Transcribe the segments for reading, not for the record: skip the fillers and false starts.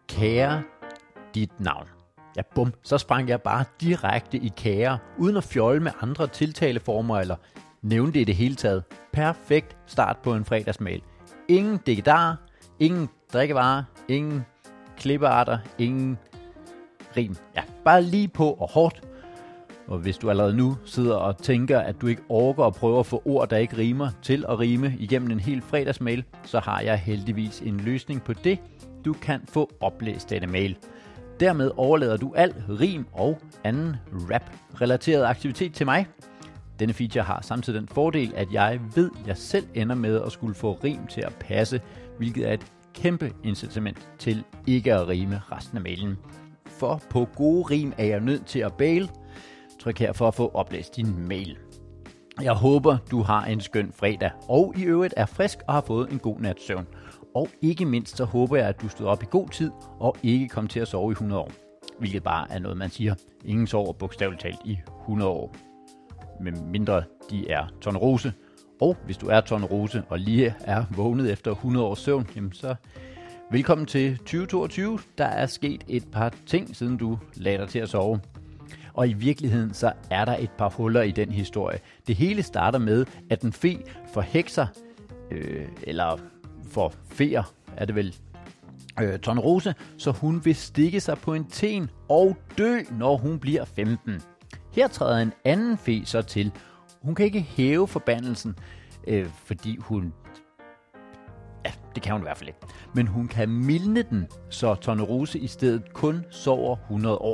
Kære dit navn. Ja, bum, så sprang jeg bare direkte i kære, uden at fjolle med andre tiltaleformer eller nævne det i det hele taget. Perfekt start på en fredagsmail. Ingen digedar, ingen drikkevarer, ingen klippearter, ingen rim. Ja, bare lige på og hårdt. Og hvis du allerede nu sidder og tænker, at du ikke orker at prøve at få ord, der ikke rimer, til at rime igennem en hel fredagsmail, så har jeg heldigvis en løsning på det. Du kan få oplæst denne mail. Dermed overlader du al rim og anden rap-relateret aktivitet til mig. Denne feature har samtidig den fordel, at jeg ved, at jeg selv ender med at skulle få rim til at passe, hvilket er et kæmpe incitament til ikke at rime resten af mailen. For på gode rim er jeg nødt til at bail. Tryk her for at få oplæst din mail. Jeg håber, du har en skøn fredag, og i øvrigt er frisk og har fået en god nats søvn. Og ikke mindst så håber jeg, at du stod op i god tid og ikke kom til at sove i 100 år. Hvilket bare er noget, man siger. Ingen sover bogstaveligt talt i 100 år. Men mindre de er tornerose. Og hvis du er tornerose og lige er vågnet efter 100 års søvn, jamen så velkommen til 2022. Der er sket et par ting, siden du lagde dig til at sove. Og i virkeligheden så er der et par huller i den historie. Det hele starter med, at en fe forhekser, eller for feer er det vel, tornerose, så hun vil stikke sig på en ten og dø, når hun bliver 15. Her træder en anden fe så til. Hun kan ikke hæve forbandelsen, fordi hun... Ja, det kan hun i hvert fald ikke. Men hun kan mildne den, så tornerose i stedet kun sover 100 år.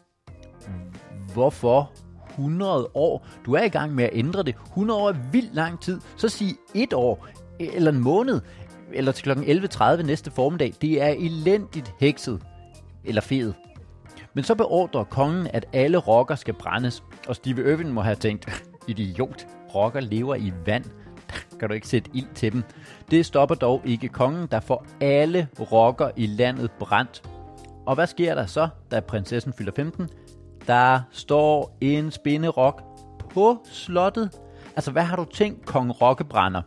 Hvorfor 100 år? Du er i gang med at ændre det. 100 år er vildt lang tid. Så sig 1 år, eller en måned, eller til kl. 11.30 næste formiddag. Det er elendigt hekset, eller feet. Men så beordrer kongen, at alle rokker skal brændes. Og Steve Irwin må have tænkt, idiot, rokker lever i vand. Kan du ikke sætte ild til dem? Det stopper dog ikke kongen, der får alle rokker i landet brændt. Og hvad sker der så, da prinsessen fylder 15? Der står en spinderok på slottet. Altså, hvad har du tænkt, kong Rokkebrænder?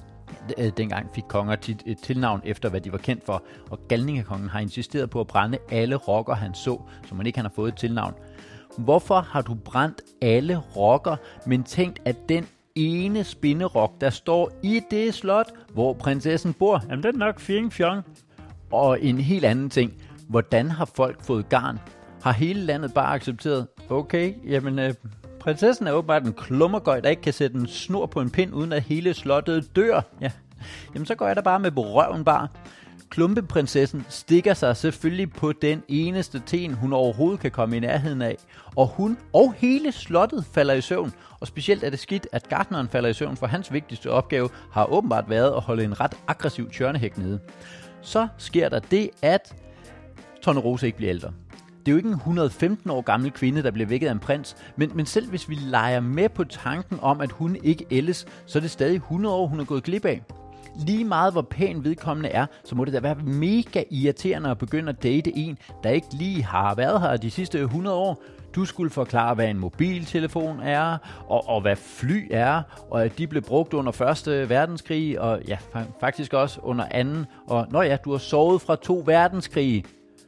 Dengang fik konger tit et tilnavn efter, hvad de var kendt for. Og Galningekongen har insisteret på at brænde alle rokker, han så man ikke han har fået et tilnavn. Hvorfor har du brændt alle rokker, men tænkt, at den ene spinderok, der står i det slot, hvor prinsessen bor, jamen det er nok fjong. Og en helt anden ting. Hvordan har folk fået garn? Har hele landet bare accepteret, okay, jamen prinsessen er åbenbart en klummergøj, der ikke kan sætte en snor på en pind, uden at hele slottet dør. Ja, jamen så går jeg da bare med røven bare. Klumpeprinsessen stikker sig selvfølgelig på den eneste ten, hun overhovedet kan komme i nærheden af. Og hun og hele slottet falder i søvn. Og specielt er det skidt, at gartneren falder i søvn, for hans vigtigste opgave har åbenbart været at holde en ret aggressiv tjørnehæk nede. Så sker der det, at Tornerose ikke bliver ældre. Det er jo ikke en 115 år gammel kvinde, der bliver vækket af en prins, men selv hvis vi leger med på tanken om, at hun ikke ældes, så er det stadig 100 år, hun er gået glip af. Lige meget hvor pæn vedkommende er, så må det da være mega irriterende at begynde at date en, der ikke lige har været her de sidste 100 år. Du skulle forklare, hvad en mobiltelefon er, og hvad fly er, og at de blev brugt under 1. verdenskrig, og ja, faktisk også under 2. Og nå ja, du har sovet fra 2 verdenskrige.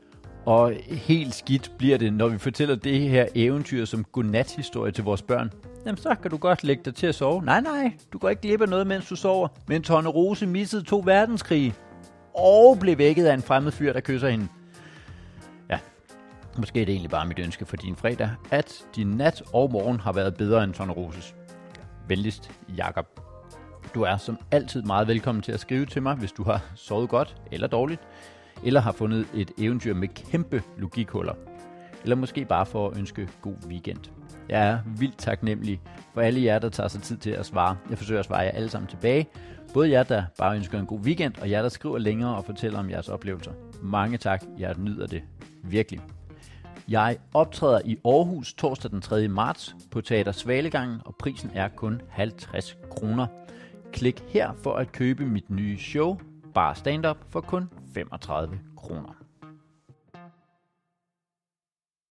Og helt skidt bliver det, når vi fortæller det her eventyr som godnat-historie til vores børn. Jamen så kan du godt lægge dig til at sove. Nej, du går ikke glip af noget, mens du sover. Men Tornerose missede 2 verdenskrige. Og blev vækket af en fremmed fyr, der kysser hende. Ja, måske er det egentlig bare mit ønske for din fredag, at din nat og morgen har været bedre end Torneroses. Venligst, Jakob. Du er som altid meget velkommen til at skrive til mig, hvis du har sovet godt eller dårligt. Eller har fundet et eventyr med kæmpe logikhuller. Eller måske bare for at ønske god weekend. Jeg er vildt taknemmelig for alle jer, der tager sig tid til at svare. Jeg forsøger at svare jer alle sammen tilbage. Både jer, der bare ønsker en god weekend, og jer, der skriver længere og fortæller om jeres oplevelser. Mange tak, jeg nyder det virkelig. Jeg optræder i Aarhus torsdag den 3. marts på Teater Svalegangen, og prisen er kun 50 kroner. Klik her for at købe mit nye show, Bare Stand-up, for kun 35 kroner.